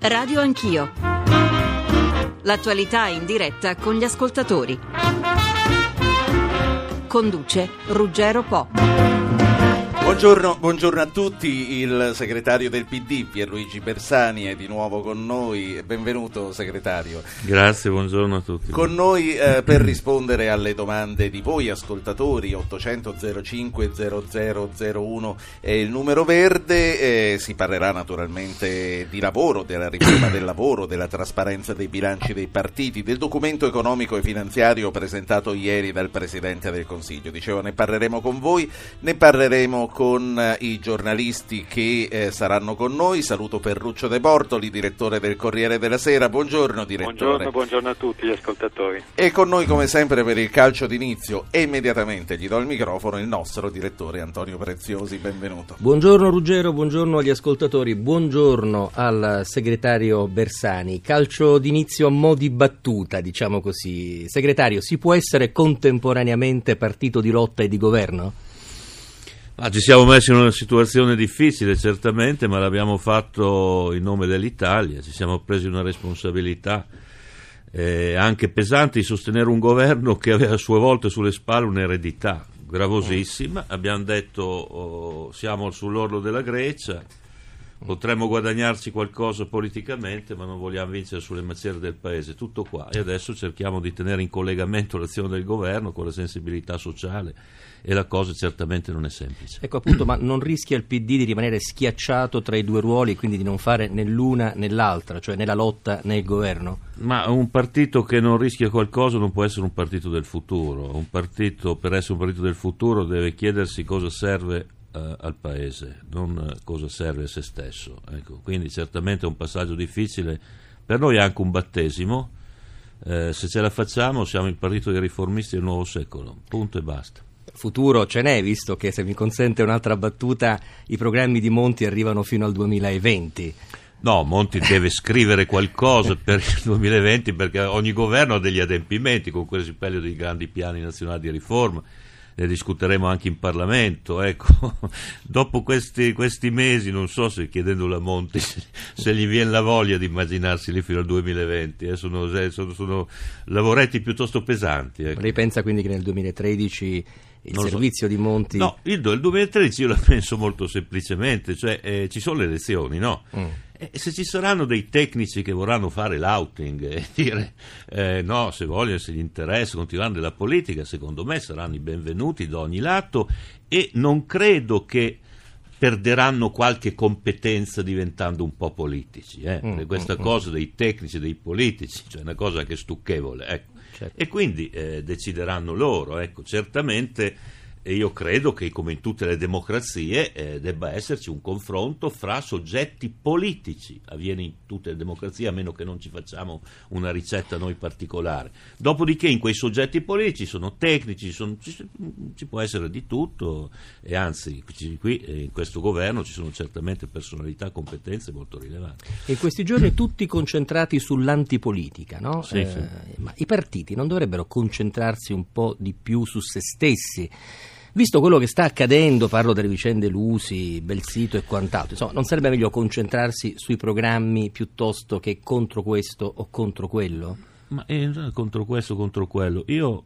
Radio Anch'io. L'attualità in diretta con gli ascoltatori. Conduce Ruggero Po. Buongiorno a tutti. Il segretario del PD, Pierluigi Bersani, è di nuovo con noi. Benvenuto, segretario. Grazie, buongiorno a tutti. Con noi per rispondere alle domande di voi ascoltatori. 800 05 0001 è il numero verde. Si parlerà naturalmente di lavoro, della riforma del lavoro, della trasparenza dei bilanci dei partiti, del documento economico e finanziario presentato ieri dal Presidente del Consiglio. Dicevo, ne parleremo con voi, ne parleremo con i giornalisti che saranno con noi. Saluto Ferruccio De Bortoli, direttore del Corriere della Sera. Buongiorno, direttore. Buongiorno a tutti gli ascoltatori. E con noi, come sempre, per il calcio d'inizio, e immediatamente gli do il microfono, il nostro direttore Antonio Preziosi. Benvenuto. Buongiorno Ruggero, buongiorno agli ascoltatori, buongiorno al segretario Bersani. Calcio d'inizio a mo' di battuta, diciamo così. Segretario, si può essere contemporaneamente partito di lotta e di governo? Ci siamo messi in una situazione difficile, certamente, ma l'abbiamo fatto in nome dell'Italia. Ci siamo presi una responsabilità anche pesante di sostenere un governo che aveva a sua volta sulle spalle un'eredità gravosissima. Abbiamo detto siamo sull'orlo della Grecia, potremmo guadagnarci qualcosa politicamente, ma non vogliamo vincere sulle macerie del paese. Tutto qua. E adesso cerchiamo di tenere in collegamento l'azione del governo con la sensibilità sociale, e la cosa certamente non è semplice. Ecco, appunto, ma non rischia il PD di rimanere schiacciato tra i due ruoli, quindi di non fare né l'una né l'altra, cioè né la lotta né il governo? Ma un partito che non rischia qualcosa non può essere un partito del futuro. Un partito, per essere un partito del futuro, deve chiedersi cosa serve al paese, non cosa serve a se stesso. Ecco, quindi certamente è un passaggio difficile, per noi è anche un battesimo. Se ce la facciamo siamo il partito dei riformisti del nuovo secolo, punto e basta. Futuro ce n'è, visto che, se mi consente un'altra battuta, i programmi di Monti arrivano fino al 2020. No, Monti deve scrivere qualcosa per il 2020, perché ogni governo ha degli adempimenti, con quello si parla dei grandi piani nazionali di riforma. Ne discuteremo anche in Parlamento. Ecco, dopo questi mesi, non so se chiedendolo a Monti se gli viene la voglia di immaginarsi lì fino al 2020. Sono lavoretti piuttosto pesanti. Ecco. Lei pensa quindi che nel 2013 il servizio di Monti... No, il 2013 io la penso molto semplicemente, cioè ci sono le elezioni, no? E se ci saranno dei tecnici che vorranno fare l'outing e dire no, se vogliono, se gli interessa continuare nella politica, secondo me saranno i benvenuti da ogni lato, e non credo che perderanno qualche competenza diventando un po' politici, questa cosa dei tecnici e dei politici, cioè una cosa che è stucchevole, ecco. Certo. E quindi decideranno loro, ecco. Certamente io credo che, come in tutte le democrazie, debba esserci un confronto fra soggetti politici. Avviene in tutte le democrazie, a meno che non ci facciamo una ricetta noi particolare. Dopodiché in quei soggetti politici sono tecnici, ci può essere di tutto, e anzi qui in questo governo ci sono certamente personalità, competenze molto rilevanti. E in questi giorni tutti concentrati sull'antipolitica, no? Sì. Ma i partiti non dovrebbero concentrarsi un po' di più su se stessi? Visto quello che sta accadendo, parlo delle vicende Lusi, Belsito e quant'altro, insomma, non sarebbe meglio concentrarsi sui programmi piuttosto che contro questo o contro quello? Ma contro questo, contro quello. Io,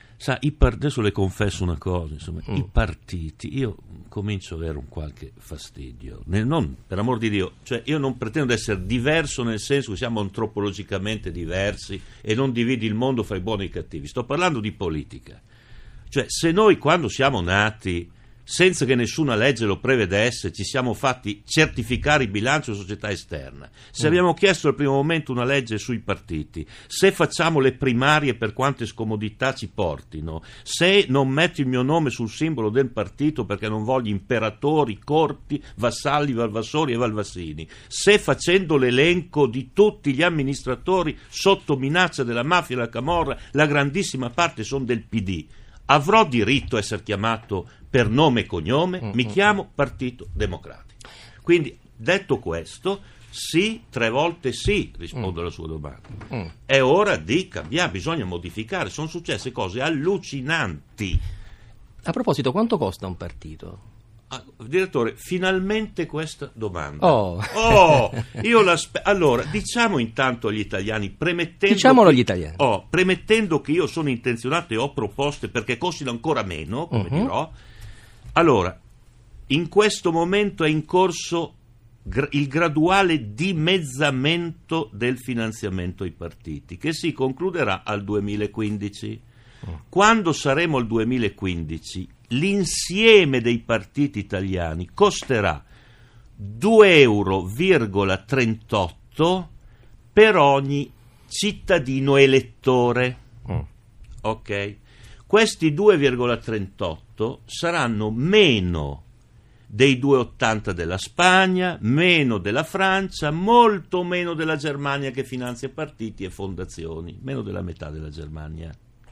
adesso le confesso una cosa, insomma, i partiti, io comincio ad avere un qualche fastidio. Non, per amor di Dio, cioè io non pretendo di essere diverso nel senso che siamo antropologicamente diversi e non dividi il mondo fra i buoni e i cattivi. Sto parlando di politica. Cioè, se noi, quando siamo nati, senza che nessuna legge lo prevedesse, ci siamo fatti certificare il bilancio di società esterna, se abbiamo chiesto al primo momento una legge sui partiti, se facciamo le primarie per quante scomodità ci portino, se non metto il mio nome sul simbolo del partito perché non voglio imperatori, corti, vassalli, valvassori e valvassini, se facendo l'elenco di tutti gli amministratori sotto minaccia della mafia e della camorra, la grandissima parte sono del PD, avrò diritto a essere chiamato per nome e cognome? Mi chiamo Partito Democratico. Quindi, detto questo, sì, 3 volte sì, rispondo alla sua domanda. È ora di cambiare, bisogna modificare. Sono successe cose allucinanti. A proposito, quanto costa un partito? Direttore, finalmente questa domanda. Allora, diciamo intanto agli italiani, Diciamolo agli italiani. Premettendo che io sono intenzionato e ho proposte perché costino ancora meno, come dirò. Allora, in questo momento è in corso il graduale dimezzamento del finanziamento ai partiti, che si concluderà al 2015. Quando saremo al 2015, l'insieme dei partiti italiani costerà 2,38 euro per ogni cittadino elettore. Ok? Questi 2,38 saranno meno dei 2,80 della Spagna, meno della Francia, molto meno della Germania, che finanzia partiti e fondazioni, meno della metà della Germania.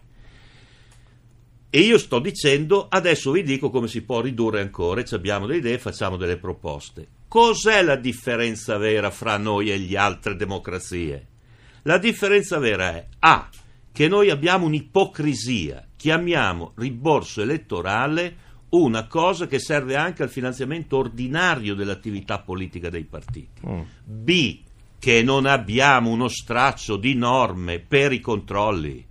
E io sto dicendo, adesso vi dico come si può ridurre ancora, ci abbiamo delle idee, facciamo delle proposte. Cos'è la differenza vera fra noi e le altre democrazie? La differenza vera è che noi abbiamo un'ipocrisia, chiamiamo rimborso elettorale una cosa che serve anche al finanziamento ordinario dell'attività politica dei partiti. B, che non abbiamo uno straccio di norme per i controlli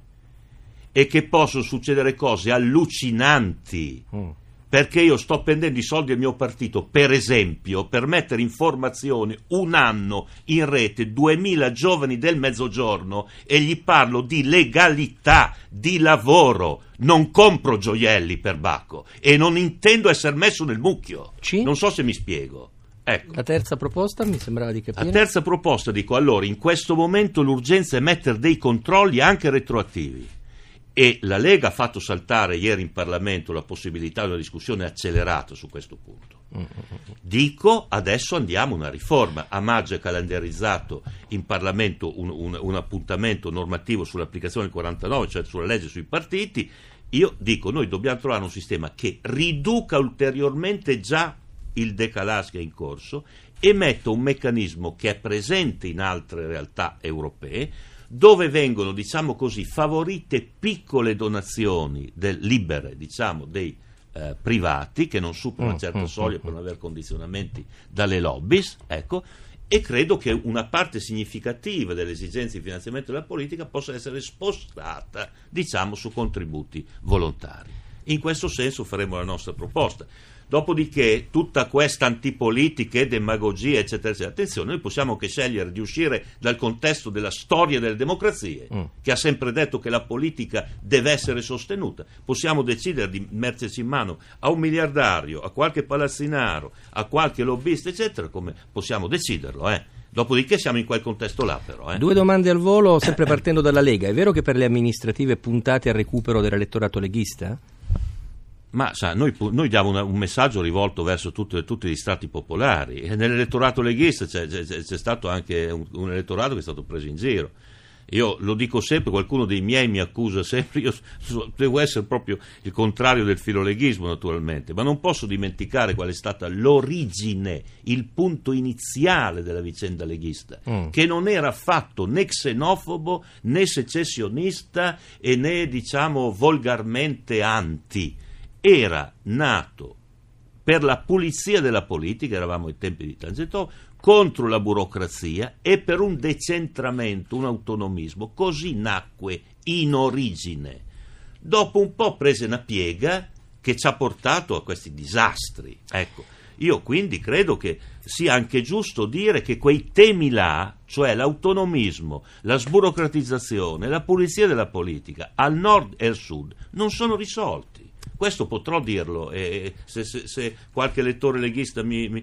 e che possono succedere cose allucinanti, perché io sto spendendo i soldi del mio partito, per esempio, per mettere in formazione un anno in rete 2000 giovani del Mezzogiorno e gli parlo di legalità, di lavoro. Non compro gioielli per Bacco e non intendo essere messo nel mucchio. Non so se mi spiego. Ecco. La terza proposta mi sembrava di capire. La terza proposta, dico, allora, in questo momento l'urgenza è mettere dei controlli anche retroattivi. E la Lega ha fatto saltare ieri in Parlamento la possibilità di una discussione accelerata su questo punto. Dico, adesso andiamo a una riforma. A maggio è calendarizzato in Parlamento un appuntamento normativo sull'applicazione del 49, cioè sulla legge sui partiti. Io dico, noi dobbiamo trovare un sistema che riduca ulteriormente già il decalage che è in corso e metta un meccanismo che è presente in altre realtà europee, dove vengono, diciamo così, favorite piccole donazioni libere, diciamo, dei privati, che non superano una certa soglia per non avere condizionamenti dalle lobbies, ecco, e credo che una parte significativa delle esigenze di finanziamento della politica possa essere spostata, diciamo, su contributi volontari. In questo senso faremo la nostra proposta. Dopodiché tutta questa antipolitica e demagogia, eccetera, eccetera, attenzione, noi possiamo anche scegliere di uscire dal contesto della storia delle democrazie, che ha sempre detto che la politica deve essere sostenuta. Possiamo decidere di metterci in mano a un miliardario, a qualche palazzinaro, a qualche lobbista, eccetera, come possiamo deciderlo, Dopodiché siamo in quel contesto là, però. 2 domande al volo, sempre partendo dalla Lega. È vero che per le amministrative puntate al recupero dell'elettorato leghista? Ma noi diamo un messaggio rivolto verso tutti gli strati popolari, e nell'elettorato leghista c'è stato anche un elettorato che è stato preso in giro. Io lo dico sempre, qualcuno dei miei mi accusa sempre, io devo essere proprio il contrario del filoleghismo naturalmente, ma non posso dimenticare qual è stata l'origine, il punto iniziale della vicenda leghista, che non era affatto né xenofobo né secessionista e né, diciamo, volgarmente anti. Era nato per la pulizia della politica, eravamo ai tempi di Tangentopoli, contro la burocrazia e per un decentramento, un autonomismo. Così nacque in origine. Dopo un po' prese una piega che ci ha portato a questi disastri. Ecco, io quindi credo che sia anche giusto dire che quei temi là, cioè l'autonomismo, la sburocratizzazione, la pulizia della politica, al nord e al sud, non sono risolti. Questo potrò dirlo, e se qualche lettore leghista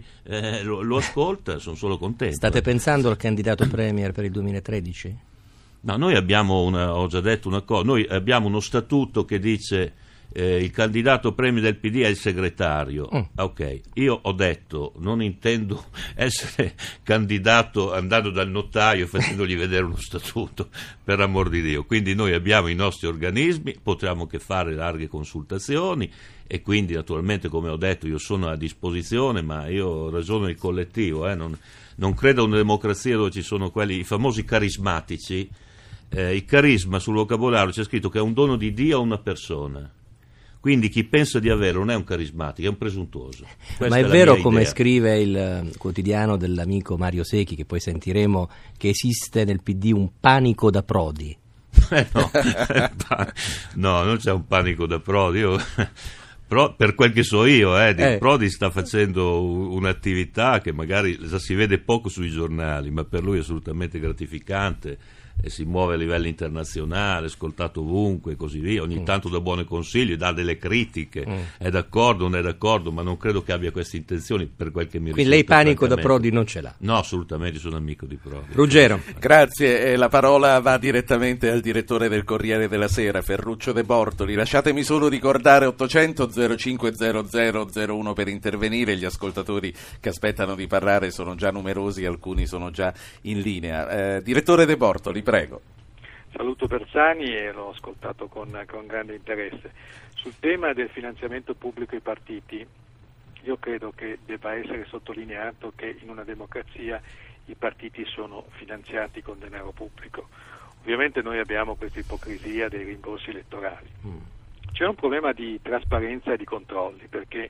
lo ascolta, sono solo contento. State pensando al candidato premier per il 2013? No, noi abbiamo ho già detto una cosa, noi abbiamo uno statuto che dice il candidato premier del PD è il segretario. Ok, io ho detto non intendo essere candidato andando dal notaio e facendogli vedere uno statuto, per amor di Dio. Quindi noi abbiamo i nostri organismi, potremmo anche fare larghe consultazioni e quindi naturalmente, come ho detto, io sono a disposizione, ma io ragiono il collettivo, non credo a una democrazia dove ci sono i famosi carismatici. Il carisma sul vocabolario c'è scritto che è un dono di Dio a una persona. Quindi chi pensa di averlo non è un carismatico, è un presuntuoso. Ma è vero, come scrive il quotidiano dell'amico Mario Secchi, che poi sentiremo, che esiste nel PD un panico da Prodi? No, non c'è un panico da Prodi. Per quel che so io, Prodi sta facendo un'attività che magari si vede poco sui giornali, ma per lui è assolutamente gratificante. E si muove a livello internazionale, ascoltato ovunque e così via, ogni tanto dà buoni consigli, dà delle critiche, è d'accordo o non è d'accordo, ma non credo che abbia queste intenzioni, per quel che mi risulta. Quindi lei panico da Prodi non ce l'ha? No, assolutamente, sono amico di Prodi. Ruggero. Grazie, la parola va direttamente al direttore del Corriere della Sera, Ferruccio De Bortoli. Lasciatemi solo ricordare 800 05 0001 per intervenire, gli ascoltatori che aspettano di parlare sono già numerosi, alcuni sono già in linea. Direttore De Bortoli, prego. Saluto Bersani e l'ho ascoltato con grande interesse. Sul tema del finanziamento pubblico ai partiti, io credo che debba essere sottolineato che in una democrazia i partiti sono finanziati con denaro pubblico. Ovviamente noi abbiamo questa ipocrisia dei rimborsi elettorali. C'è un problema di trasparenza e di controlli, perché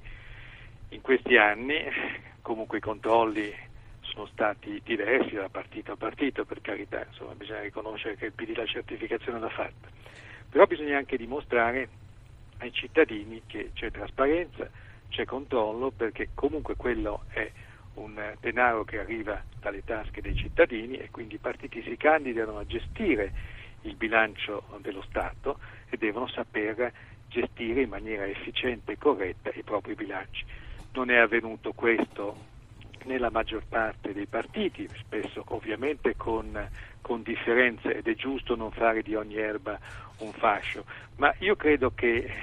in questi anni comunque i controlli sono stati diversi da partito a partito, per carità, insomma bisogna riconoscere che il PD la certificazione l'ha fatta, però bisogna anche dimostrare ai cittadini che c'è trasparenza, c'è controllo, perché comunque quello è un denaro che arriva dalle tasche dei cittadini e quindi i partiti si candidano a gestire il bilancio dello Stato e devono saper gestire in maniera efficiente e corretta i propri bilanci. Non è avvenuto questo nella maggior parte dei partiti, spesso ovviamente con differenze, ed è giusto non fare di ogni erba un fascio, ma io credo che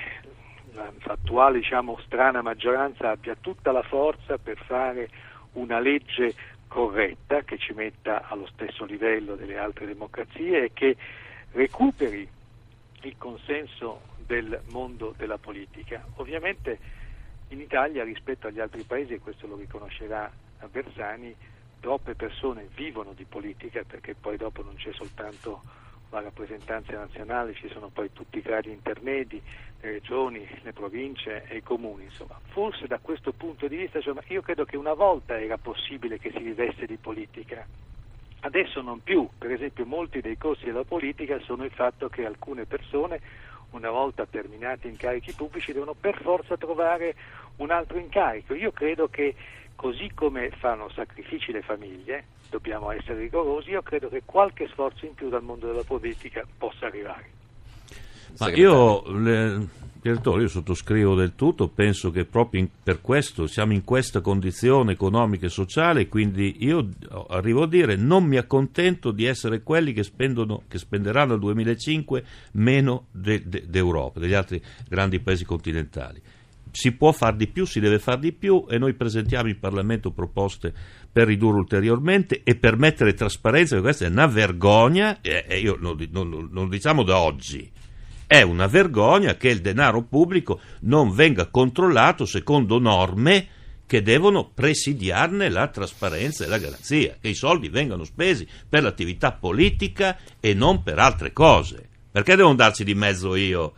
l'attuale strana maggioranza abbia tutta la forza per fare una legge corretta che ci metta allo stesso livello delle altre democrazie e che recuperi il consenso del mondo della politica. Ovviamente in Italia, rispetto agli altri paesi, e questo lo riconoscerà a Bersani, troppe persone vivono di politica, perché poi dopo non c'è soltanto la rappresentanza nazionale, ci sono poi tutti i gradi intermedi, le regioni, le province e i comuni. Insomma, forse da questo punto di vista, io credo che una volta era possibile che si vivesse di politica, adesso non più. Per esempio, molti dei costi della politica sono il fatto che alcune persone, una volta terminati incarichi pubblici, devono per forza trovare un altro incarico. Io credo che così come fanno sacrifici le famiglie, dobbiamo essere rigorosi, io credo che qualche sforzo in più dal mondo della politica possa arrivare. Ma direttore, io sottoscrivo del tutto, penso che proprio per questo siamo in questa condizione economica e sociale, quindi io arrivo a dire non mi accontento di essere quelli che spenderanno nel 2005 meno d'Europa, degli altri grandi paesi continentali. Si può far di più, si deve far di più, e noi presentiamo in Parlamento proposte per ridurre ulteriormente e per mettere trasparenza, perché questa è una vergogna, e io non lo diciamo da oggi, è una vergogna che il denaro pubblico non venga controllato secondo norme che devono presidiarne la trasparenza e la garanzia, che i soldi vengano spesi per l'attività politica e non per altre cose. Perché devo andarci di mezzo io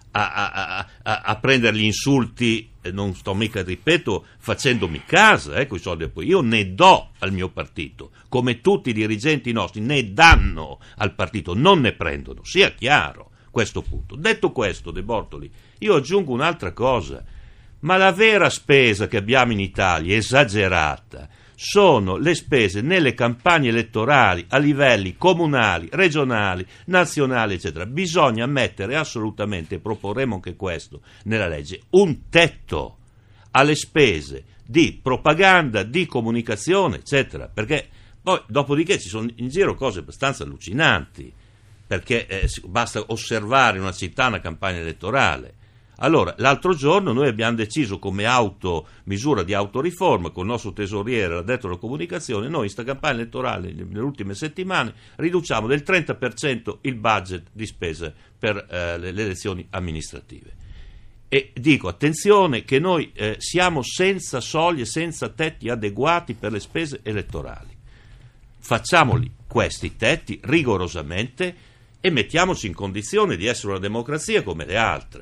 a prendere gli insulti, non sto mica, ripeto, facendomi casa coi soldi? Poi io ne do al mio partito, come tutti i dirigenti nostri ne danno al partito, non ne prendono, sia chiaro questo punto. Detto questo, De Bortoli, io aggiungo un'altra cosa: ma la vera spesa che abbiamo in Italia, esagerata, sono le spese nelle campagne elettorali a livelli comunali, regionali, nazionali, eccetera. Bisogna mettere assolutamente, e proporremo anche questo nella legge, un tetto alle spese di propaganda, di comunicazione, eccetera, perché poi dopodiché ci sono in giro cose abbastanza allucinanti, perché basta osservare in una città una campagna elettorale. Allora, l'altro giorno noi abbiamo deciso come misura di autoriforma con il nostro tesoriere, l'addetto alla comunicazione, noi in questa campagna elettorale, nelle ultime settimane, riduciamo del 30% il budget di spese per le elezioni amministrative. E dico, attenzione, che noi siamo senza soglie, senza tetti adeguati per le spese elettorali. Facciamoli questi tetti rigorosamente e mettiamoci in condizione di essere una democrazia come le altre.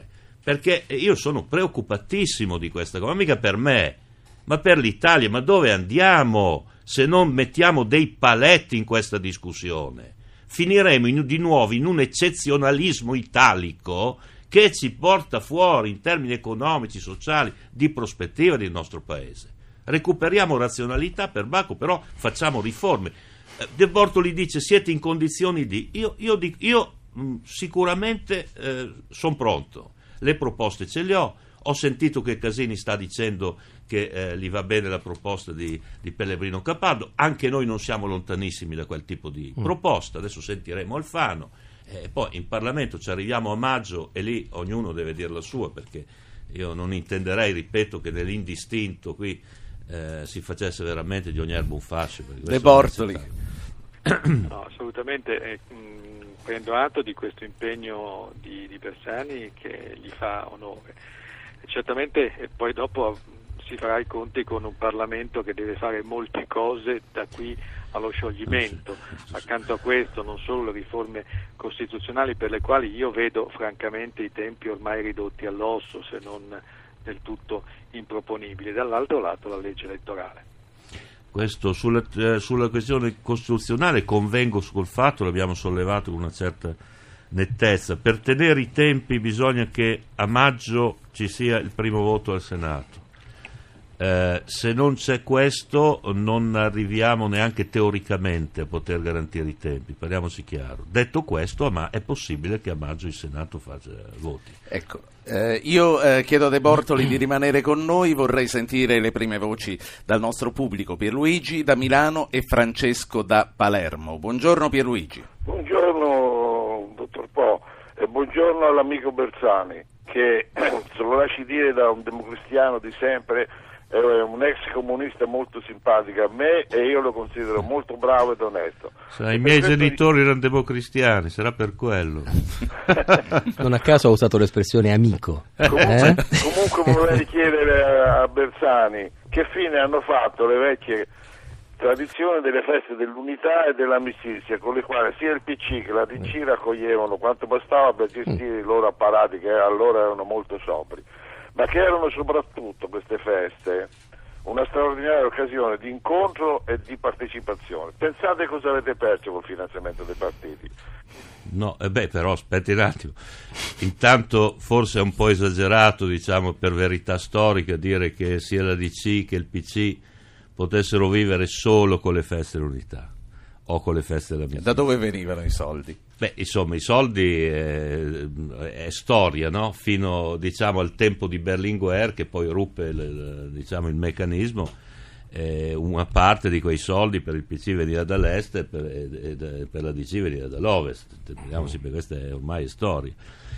perché io sono preoccupatissimo di questa cosa, ma mica per me, ma per l'Italia. Ma dove andiamo se non mettiamo dei paletti in questa discussione? Finiremo di nuovo in un eccezionalismo italico che ci porta fuori in termini economici, sociali, di prospettiva del nostro paese. Recuperiamo razionalità per Bacco, però facciamo riforme. De Bortoli dice siete in condizioni di... Io sicuramente sono pronto, le proposte ce le ho sentito che Casini sta dicendo che gli va bene la proposta di Pellegrino Cappardo, anche noi non siamo lontanissimi da quel tipo di proposta, adesso sentiremo Alfano, poi in Parlamento ci arriviamo a maggio e lì ognuno deve dire la sua, perché io non intenderei, ripeto, che nell'indistinto qui si facesse veramente di ogni erba un fascio. De Bortoli. No, assolutamente, prendo atto di questo impegno di Bersani che gli fa onore. Certamente, e poi dopo si farà i conti con un Parlamento che deve fare molte cose da qui allo scioglimento. Accanto a questo non solo le riforme costituzionali, per le quali io vedo francamente i tempi ormai ridotti all'osso, se non del tutto improponibili, dall'altro lato la legge elettorale. Questo sulla questione costituzionale convengo sul fatto, l'abbiamo sollevato con una certa nettezza. Per tenere i tempi bisogna che a maggio ci sia il primo voto al Senato. Se non c'è questo non arriviamo neanche teoricamente a poter garantire i tempi, parliamoci chiaro. Detto questo, ma è possibile che a maggio il Senato faccia voti. Ecco, io chiedo a De Bortoli di rimanere con noi, vorrei sentire le prime voci dal nostro pubblico. Pierluigi da Milano e Francesco da Palermo. Buongiorno Pierluigi. Buongiorno dottor Po e buongiorno all'amico Bersani, che se lo lasci dire da un democristiano di sempre, è un ex comunista molto simpatico a me e io lo considero molto bravo ed onesto. I miei genitori erano democristiani, sarà per quello. Non a caso ho usato l'espressione amico. Comunque vorrei chiedere a Bersani che fine hanno fatto le vecchie tradizioni delle feste dell'unità e dell'amicizia, con le quali sia il PC che la DC raccoglievano quanto bastava per gestire i loro apparati, che allora erano molto sobri, ma che erano soprattutto queste feste una straordinaria occasione di incontro e di partecipazione. Pensate cosa avete perso col finanziamento dei partiti. No, però aspetti un attimo. Intanto forse è un po' esagerato, diciamo, per verità storica, dire che sia la DC che il PC potessero vivere solo con le feste dell'unità o con le feste dell'amicizia. Da dove venivano i soldi? Insomma, i soldi è storia, no? Fino, diciamo, al tempo di Berlinguer, che poi ruppe il meccanismo. Una parte di quei soldi per il PC veniva dall'est e per la DC veniva dall'ovest. Teniamoci, perché questa è ormai storia.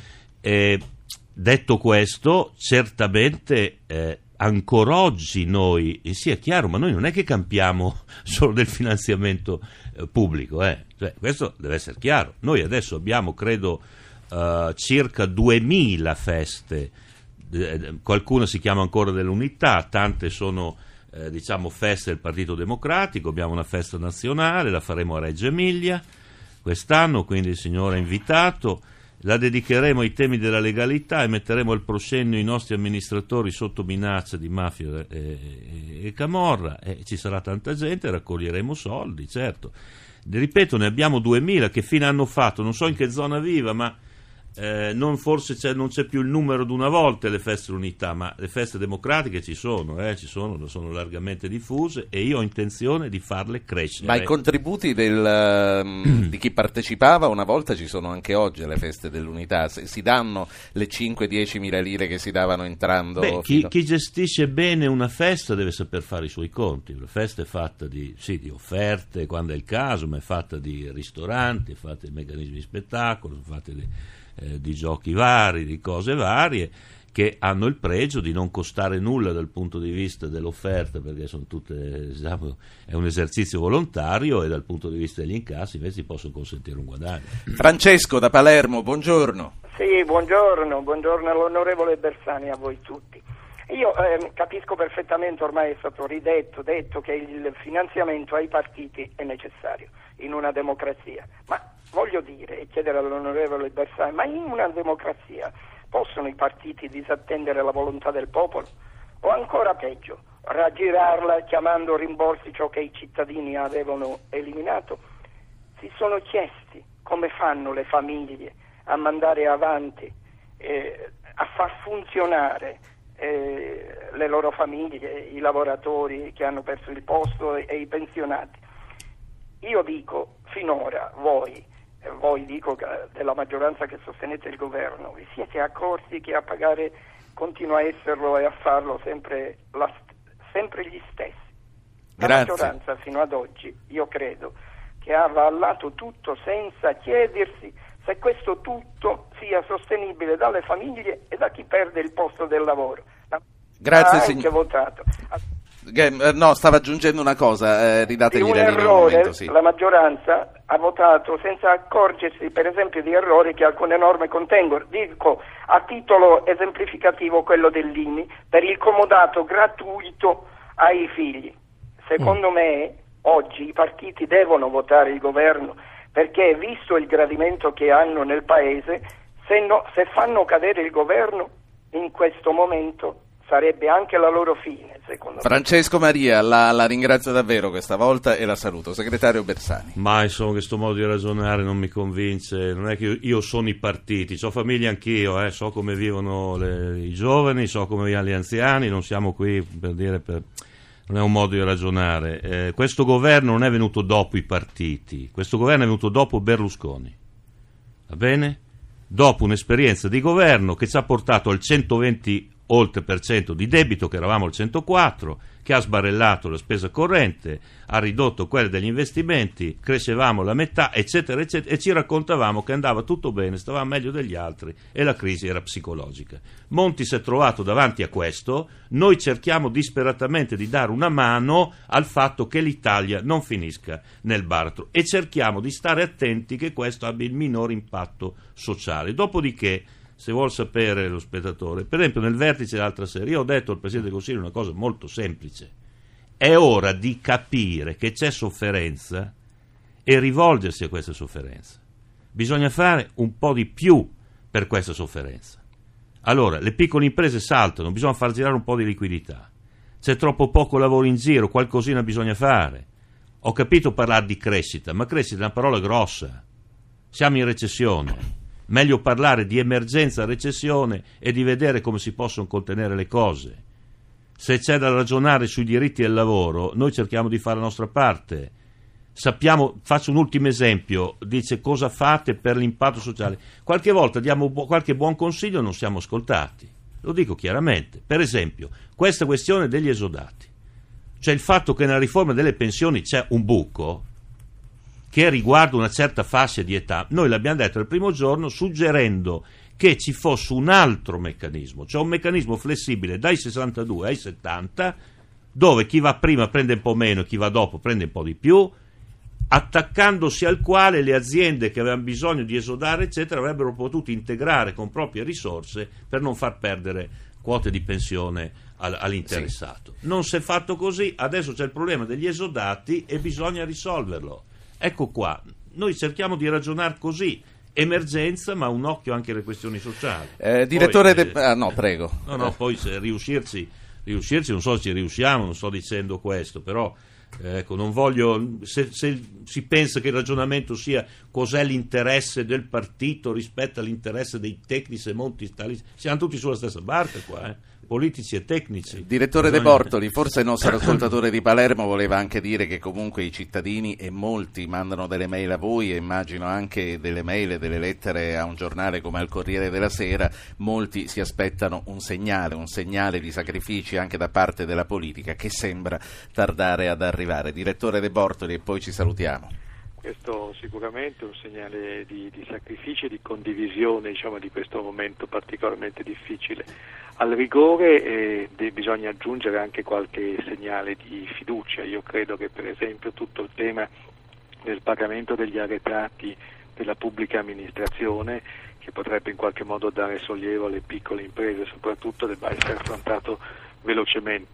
Detto questo, certamente ancora oggi noi, sia chiaro, ma noi non è che campiamo solo del finanziamento pubblico, cioè, questo deve essere chiaro. Noi adesso abbiamo, credo, circa 2000 feste, qualcuna si chiama ancora dell'unità, tante sono feste del Partito Democratico. Abbiamo una festa nazionale, la faremo a Reggio Emilia quest'anno, quindi il signore è invitato. La dedicheremo ai temi della legalità e metteremo al proscenio i nostri amministratori sotto minaccia di mafia e camorra, e ci sarà tanta gente, raccoglieremo soldi, certo. Ripeto, ne abbiamo 2000, che fine hanno fatto? Non so in che zona viva, ma non c'è più il numero di una volta le feste dell'unità, ma le feste democratiche ci sono, sono largamente diffuse e io ho intenzione di farle crescere. Ma i contributi di chi partecipava una volta ci sono anche oggi alle feste dell'unità, si danno le 5-10 mila lire che si davano entrando? Chi gestisce bene una festa deve saper fare i suoi conti. La festa è fatta di offerte quando è il caso, ma è fatta di ristoranti, è fatta di meccanismi di spettacolo, è fatta di giochi vari, di cose varie, che hanno il pregio di non costare nulla dal punto di vista dell'offerta, perché sono tutte, è un esercizio volontario, e dal punto di vista degli incassi invece si possono consentire un guadagno. Francesco da Palermo, buongiorno. Sì, buongiorno all'onorevole Bersani, a voi tutti. Io capisco perfettamente, ormai è stato detto che il finanziamento ai partiti è necessario in una democrazia, ma voglio dire e chiedere all'onorevole Bersani, ma in una democrazia Possono i partiti disattendere la volontà del popolo? O ancora peggio, raggirarla chiamando rimborsi ciò che i cittadini avevano eliminato? Si sono chiesti come fanno le famiglie a mandare avanti, a far funzionare le loro famiglie, i lavoratori che hanno perso il posto e i pensionati. Io dico, finora voi dico della maggioranza che sostenete il governo, vi siete accorti che a pagare continua a esserlo e a farlo sempre gli stessi? La maggioranza fino ad oggi, io credo, che ha avallato tutto senza chiedersi se questo tutto sia sostenibile dalle famiglie e da chi perde il posto del lavoro. Grazie, ha anche votato. No, stava aggiungendo una cosa, ridategli un la linea errore, un momento, sì. La maggioranza ha votato senza accorgersi, per esempio, di errori che alcune norme contengono. Dico a titolo esemplificativo quello dell'IMI per il comodato gratuito ai figli. Secondo me oggi i partiti devono votare il governo, perché visto il gradimento che hanno nel paese, se fanno cadere il governo in questo momento sarebbe anche la loro fine, secondo me. Francesco Maria, la ringrazio davvero questa volta e la saluto. Segretario Bersani. Ma insomma, questo modo di ragionare non mi convince. Non è che io sono i partiti, so famiglia anch'io, so come vivono i giovani, so come vivono gli anziani, non siamo qui per dire non è un modo di ragionare. Questo governo non è venuto dopo i partiti, questo governo è venuto dopo Berlusconi, va bene? Dopo un'esperienza di governo che ci ha portato al 120 oltre per cento di debito, che eravamo al 104, che ha sbarellato la spesa corrente, ha ridotto quella degli investimenti, crescevamo la metà, eccetera, eccetera, e ci raccontavamo che andava tutto bene, stavamo meglio degli altri e la crisi era psicologica. Monti si è trovato davanti a questo, noi cerchiamo disperatamente di dare una mano al fatto che l'Italia non finisca nel baratro e cerchiamo di stare attenti che questo abbia il minore impatto sociale. Dopodiché, se vuol sapere lo spettatore, per esempio nel vertice dell'altra sera io ho detto al Presidente del Consiglio una cosa molto semplice: è ora di capire che c'è sofferenza e rivolgersi a questa sofferenza. Bisogna fare un po' di più per questa sofferenza. Allora, le piccole imprese saltano, bisogna far girare un po' di liquidità, c'è troppo poco lavoro in giro, qualcosina bisogna fare. Ho capito parlare di crescita, ma crescita è una parola grossa, siamo in recessione. Meglio parlare di emergenza recessione e di vedere come si possono contenere le cose. Se c'è da ragionare sui diritti del lavoro, noi cerchiamo di fare la nostra parte. Sappiamo, faccio un ultimo esempio, dice cosa fate per l'impatto sociale. Qualche volta diamo qualche buon consiglio e non siamo ascoltati. Lo dico chiaramente. Per esempio, questa questione degli esodati. Cioè il fatto che nella riforma delle pensioni c'è un buco che riguarda una certa fascia di età, noi l'abbiamo detto il primo giorno suggerendo che ci fosse un altro meccanismo, cioè un meccanismo flessibile dai 62 ai 70, dove chi va prima prende un po' meno e chi va dopo prende un po' di più, attaccandosi al quale le aziende che avevano bisogno di esodare, eccetera, avrebbero potuto integrare con proprie risorse per non far perdere quote di pensione all'interessato. Sì. Non si è fatto così, adesso c'è il problema degli esodati e bisogna risolverlo. Ecco qua, noi cerchiamo di ragionare così, emergenza ma un occhio anche alle questioni sociali. Direttore no, prego. No, poi se riuscirci, non so se ci riusciamo, non sto dicendo questo, però ecco, non voglio, se si pensa che il ragionamento sia cos'è l'interesse del partito rispetto all'interesse dei tecnici e Monti, siamo tutti sulla stessa barca qua, politici e tecnici. Direttore De Bortoli, forse il nostro ascoltatore di Palermo voleva anche dire che comunque i cittadini e molti mandano delle mail a voi e immagino anche delle mail e delle lettere a un giornale come al Corriere della Sera, molti si aspettano un segnale di sacrifici anche da parte della politica che sembra tardare ad arrivare. Direttore De Bortoli, e poi ci salutiamo. Questo sicuramente è un segnale di sacrificio e di condivisione, diciamo, di questo momento particolarmente difficile. Al rigore bisogna aggiungere anche qualche segnale di fiducia. Io credo che per esempio tutto il tema del pagamento degli arretrati della pubblica amministrazione, che potrebbe in qualche modo dare sollievo alle piccole imprese soprattutto, debba essere affrontato velocemente.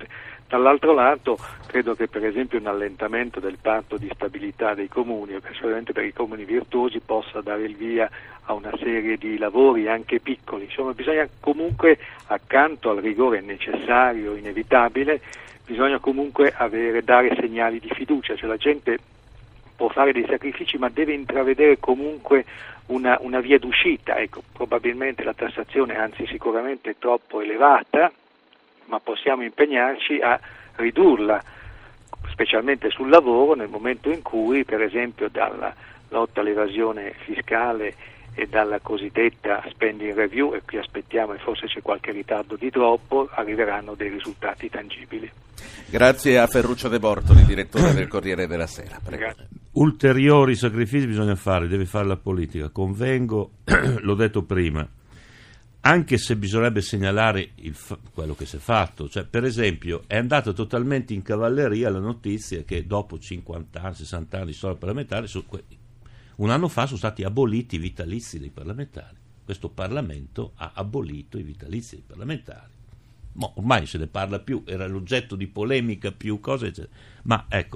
Dall'altro lato credo che per esempio un allentamento del patto di stabilità dei comuni, specialmente per i comuni virtuosi, possa dare il via a una serie di lavori anche piccoli. Insomma, bisogna comunque, accanto al rigore necessario, inevitabile, bisogna comunque dare segnali di fiducia, cioè la gente può fare dei sacrifici ma deve intravedere comunque una via d'uscita. Ecco, probabilmente la tassazione, anzi sicuramente è troppo elevata, ma possiamo impegnarci a ridurla, specialmente sul lavoro, nel momento in cui, per esempio, dalla lotta all'evasione fiscale e dalla cosiddetta spending review, e qui aspettiamo e forse c'è qualche ritardo di troppo, arriveranno dei risultati tangibili. Grazie a Ferruccio De Bortoli, direttore del Corriere della Sera. Ulteriori sacrifici bisogna fare, deve fare la politica. Convengo, l'ho detto prima, anche se bisognerebbe segnalare quello che si è fatto, cioè per esempio è andata totalmente in cavalleria la notizia che dopo 50 anni, 60 anni di storia parlamentare, un anno fa sono stati aboliti i vitalizi dei parlamentari. Questo Parlamento ha abolito i vitalizi dei parlamentari. Ormai se ne parla più, era l'oggetto di polemica, più cose, eccetera. Ma ecco,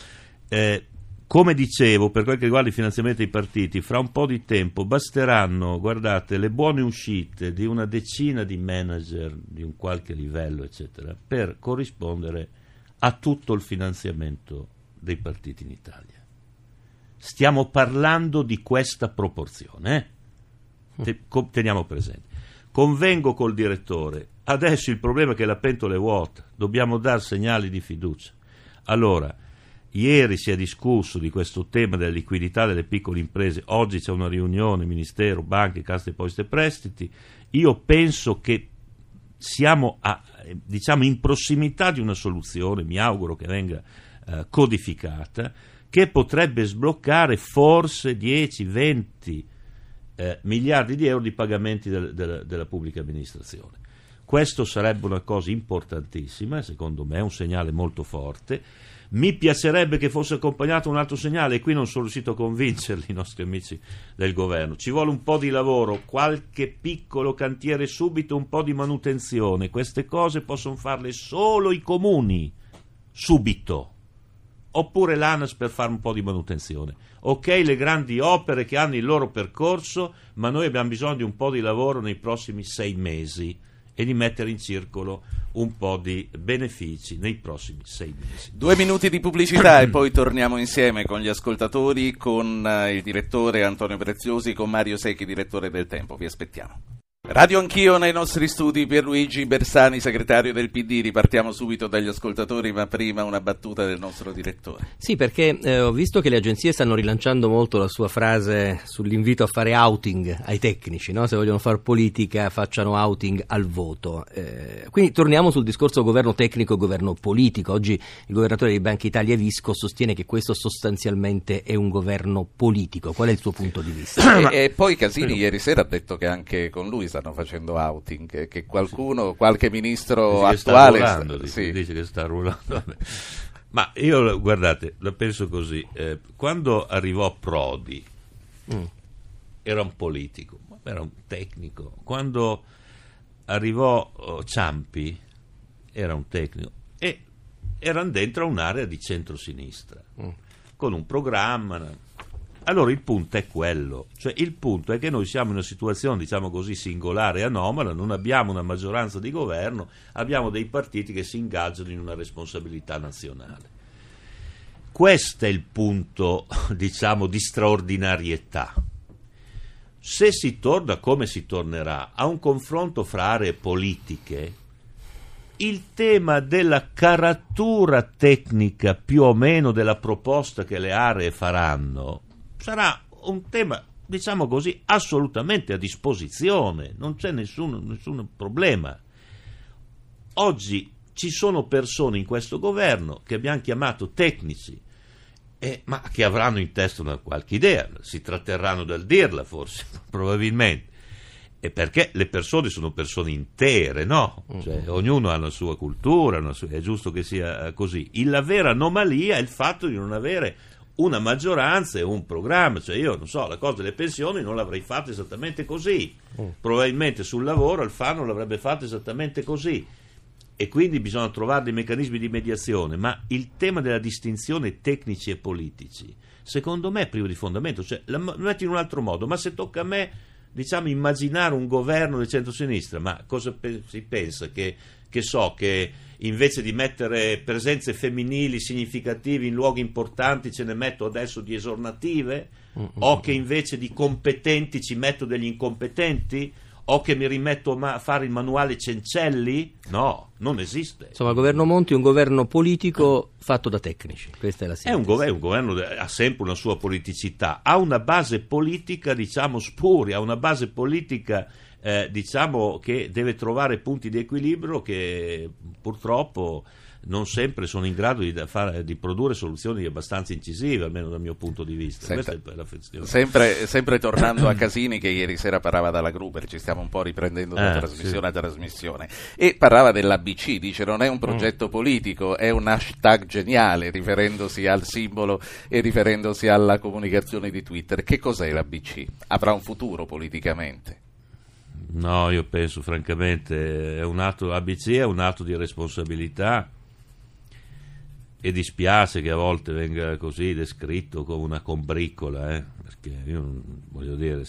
come dicevo, per quel che riguarda il finanziamento dei partiti, fra un po' di tempo basteranno, guardate, le buone uscite di una decina di manager di un qualche livello, eccetera, per corrispondere a tutto il finanziamento dei partiti in Italia. Stiamo parlando di questa proporzione, teniamo presente. Convengo col direttore, adesso il problema è che la pentola è vuota, dobbiamo dare segnali di fiducia. Allora, ieri si è discusso di questo tema della liquidità delle piccole imprese, oggi c'è una riunione, Ministero, banche, Cassa Depositi e Prestiti. Io penso che siamo in prossimità di una soluzione, mi auguro che venga codificata, che potrebbe sbloccare forse 10-20 miliardi di euro di pagamenti della pubblica amministrazione. Questo sarebbe una cosa importantissima, secondo me, un segnale molto forte. Mi piacerebbe che fosse accompagnato un altro segnale, e qui non sono riuscito a convincerli i nostri amici del governo. Ci vuole un po' di lavoro, qualche piccolo cantiere subito, un po' di manutenzione. Queste cose possono farle solo i comuni, subito. Oppure l'ANAS per fare un po' di manutenzione. Ok, le grandi opere che hanno il loro percorso, ma noi abbiamo bisogno di un po' di lavoro nei prossimi 6 mesi e di mettere in circolo un po' di benefici nei prossimi 6 mesi. 2 minuti di pubblicità e poi torniamo insieme con gli ascoltatori, con il direttore Antonio Preziosi, con Mario Secchi, direttore del Tempo. Vi aspettiamo. Radio Anch'io nei nostri studi, Pierluigi Bersani, segretario del PD. Ripartiamo subito dagli ascoltatori, ma prima una battuta del nostro direttore. Sì, perché ho visto che le agenzie stanno rilanciando molto la sua frase sull'invito a fare outing ai tecnici, no? Se vogliono fare politica facciano outing al voto. Quindi torniamo sul discorso governo tecnico e governo politico. Oggi il governatore di Banca Italia Visco sostiene che questo sostanzialmente è un governo politico. Qual è il suo punto di vista? E poi Casini ieri sera ha detto che anche con lui stanno facendo outing, che qualcuno, qualche ministro attuale dice che sta rullando. Ma io, guardate, la penso così, quando arrivò Prodi era un politico, era un tecnico. Quando arrivò Ciampi era un tecnico e erano dentro un'area di centrosinistra con un programma. Allora il punto è quello, cioè il punto è che noi siamo in una situazione, diciamo così, singolare e anomala, non abbiamo una maggioranza di governo, abbiamo dei partiti che si ingaggiano in una responsabilità nazionale. Questo è il punto, diciamo, di straordinarietà. Se si torna, come si tornerà, a un confronto fra aree politiche, il tema della caratura tecnica più o meno della proposta che le aree faranno sarà un tema, diciamo così, assolutamente a disposizione, non c'è nessun problema. Oggi ci sono persone in questo governo che abbiamo chiamato tecnici, ma che avranno in testa una qualche idea, si tratterranno dal dirla forse, probabilmente, e perché le persone sono persone intere, no? Cioè, ognuno ha la sua cultura, è giusto che sia così. La vera anomalia è il fatto di non avere una maggioranza e un programma, cioè io non so, la cosa delle pensioni non l'avrei fatta esattamente così, probabilmente sul lavoro Alfano l'avrebbe fatto esattamente così. e quindi bisogna trovare dei meccanismi di mediazione, ma il tema della distinzione tecnici e politici secondo me è privo di fondamento. Cioè, la metti in un altro modo, ma se tocca a me, diciamo, immaginare un governo del centro-sinistra, ma cosa si pensa? Che invece di mettere presenze femminili significative in luoghi importanti ce ne metto adesso di esornative? O che invece di competenti ci metto degli incompetenti? O che mi rimetto a fare il manuale Cencelli? No, non esiste. Insomma, il governo Monti è un governo politico fatto da tecnici, questa è la sintesi. È un governo ha sempre una sua politicità, ha una base politica, diciamo, spuria, ha una base politica, diciamo, che deve trovare punti di equilibrio che purtroppo non sempre sono in grado di produrre soluzioni abbastanza incisive, almeno dal mio punto di vista. Senta, questa è la sempre tornando a Casini, che ieri sera parlava dalla Gruber, ci stiamo un po' riprendendo da trasmissione sì. a trasmissione, e parlava dell'ABC, dice non è un progetto politico, è un hashtag geniale, riferendosi al simbolo e riferendosi alla comunicazione di Twitter. Che cos'è l'ABC? Avrà un futuro politicamente? No, io penso francamente l'ABC è un atto di responsabilità, e dispiace che a volte venga così descritto come una combriccola, perché io voglio dire,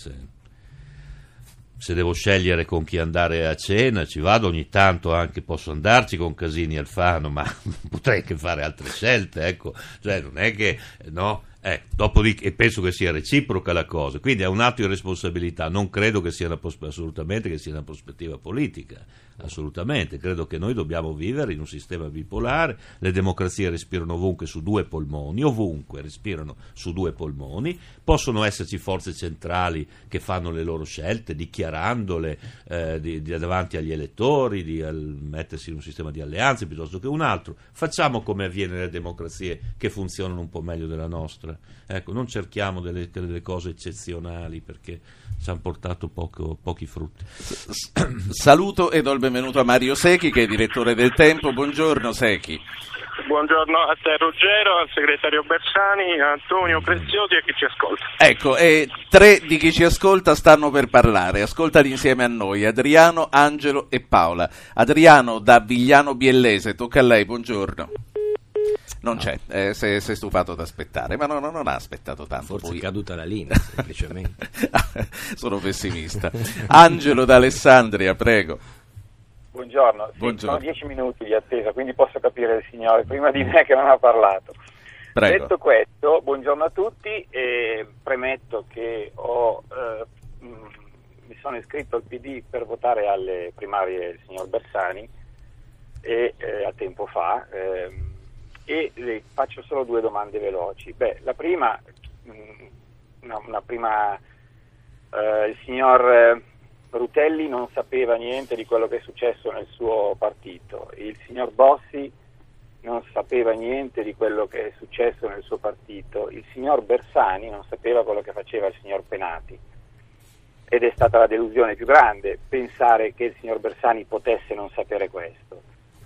se devo scegliere con chi andare a cena ci vado ogni tanto, anche posso andarci con Casini e Alfano, ma potrei anche fare altre scelte, ecco, cioè non è che no. Dopodiché penso che sia reciproca la cosa, quindi è un atto di responsabilità. Non credo che sia assolutamente che sia una prospettiva politica, assolutamente. Credo che noi dobbiamo vivere in un sistema bipolare. Le democrazie respirano ovunque su due polmoni, ovunque respirano su due polmoni. Possono esserci forze centrali che fanno le loro scelte, dichiarandole davanti agli elettori, di mettersi in un sistema di alleanze piuttosto che un altro. Facciamo come avviene nelle democrazie che funzionano un po' meglio della nostra. Ecco, non cerchiamo delle cose eccezionali, perché ci hanno portato pochi frutti. Saluto e do il benvenuto a Mario Secchi, che è direttore del Tempo. Buongiorno Secchi. Buongiorno a te Ruggero, al segretario Bersani, a Antonio Preziosi e a chi ci ascolta. Ecco, tre di chi ci ascolta stanno per parlare. Ascoltali insieme a noi: Adriano, Angelo e Paola. Adriano da Vigliano Biellese, tocca a lei, buongiorno. Non c'è, si è stufato d'aspettare, ma non ha aspettato tanto. Forse è caduta la linea, semplicemente. Sono pessimista. Angelo da Alessandria, prego. Buongiorno. Sono 10 minuti di attesa, quindi posso capire il signore prima di me che non ha parlato. Prego. Detto questo, buongiorno a tutti, e premetto che mi sono iscritto al PD per votare alle primarie del signor Bersani a tempo fa. E le faccio solo due domande veloci. La prima, il signor Rutelli non sapeva niente di quello che è successo nel suo partito, il signor Bossi non sapeva niente di quello che è successo nel suo partito, il signor Bersani non sapeva quello che faceva il signor Penati, ed è stata la delusione più grande pensare che il signor Bersani potesse non sapere questo.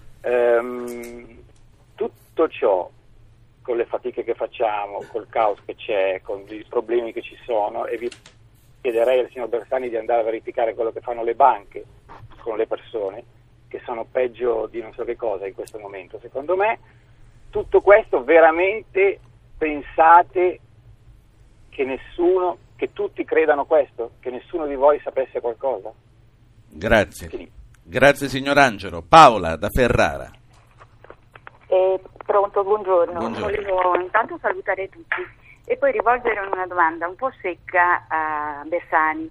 Tutto ciò, con le fatiche che facciamo, col caos che c'è, con i problemi che ci sono, e vi chiederei al signor Bersani di andare a verificare quello che fanno le banche con le persone, che sono peggio di non so che cosa in questo momento. Secondo me, tutto questo veramente pensate che tutti credano questo? Che nessuno di voi sapesse qualcosa? Grazie. Grazie signor Angelo. Paola da Ferrara. Pronto, buongiorno. Buongiorno. Volevo intanto salutare tutti e poi rivolgere una domanda un po' secca a Bersani.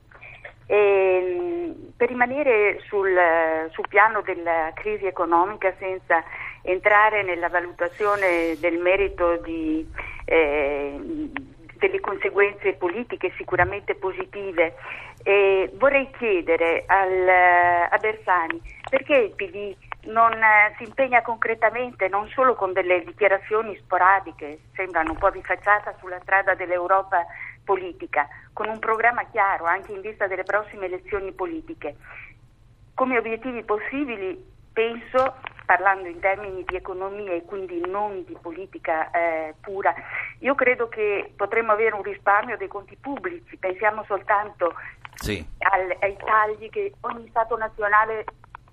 Per rimanere sul piano della crisi economica, senza entrare nella valutazione del merito delle conseguenze politiche sicuramente positive, vorrei chiedere a Bersani perché il PD non si impegna concretamente, non solo con delle dichiarazioni sporadiche, sembrano un po' di facciata sulla strada dell'Europa politica, con un programma chiaro anche in vista delle prossime elezioni politiche. Come obiettivi possibili, penso, parlando in termini di economia e quindi non di politica pura, io credo che potremmo avere un risparmio dei conti pubblici. Pensiamo soltanto ai tagli che ogni Stato nazionale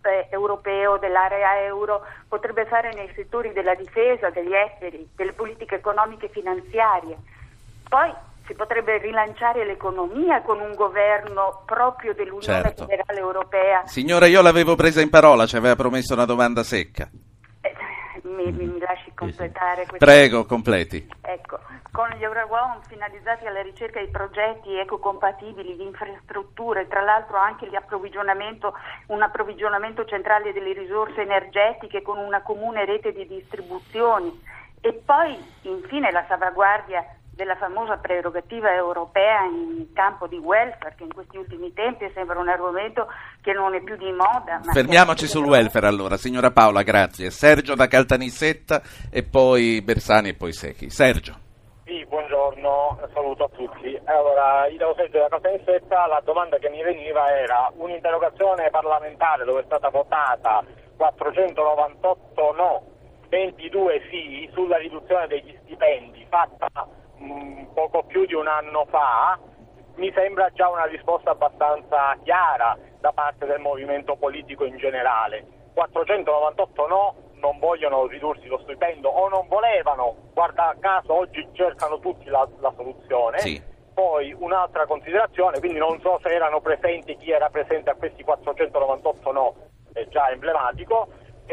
europeo, dell'area euro, potrebbe fare nei settori della difesa, degli esteri, delle politiche economiche e finanziarie. Poi si potrebbe rilanciare l'economia con un governo proprio dell'Unione Federale Europea. Signora, io l'avevo presa in parola, ci aveva promesso una domanda secca. Mi lasci completare questa. Prego, completi. Ecco, con gli Eurobond finalizzati alla ricerca di progetti ecocompatibili di infrastrutture, tra l'altro anche un approvvigionamento centrale delle risorse energetiche con una comune rete di distribuzioni, e poi infine la salvaguardia della famosa prerogativa europea in campo di welfare, che in questi ultimi tempi sembra un argomento che non è più di moda. Fermiamoci sul welfare allora, signora Paola, grazie. Sergio da Caltanissetta e poi Bersani e poi Secchi. Sergio. Sì, buongiorno, saluto a tutti. Allora, io da Sergio da Caltanissetta, la domanda che mi veniva era un'interrogazione parlamentare dove è stata votata 498 no, 22 sì sulla riduzione degli stipendi, fatta poco più di un anno fa. Mi sembra già una risposta abbastanza chiara da parte del movimento politico in generale. 498 no, non vogliono ridursi lo stipendio o non volevano, guarda caso oggi cercano tutti la soluzione. Sì. Poi un'altra considerazione, quindi non so se erano presenti, chi era presente a questi 498 no, è già emblematico.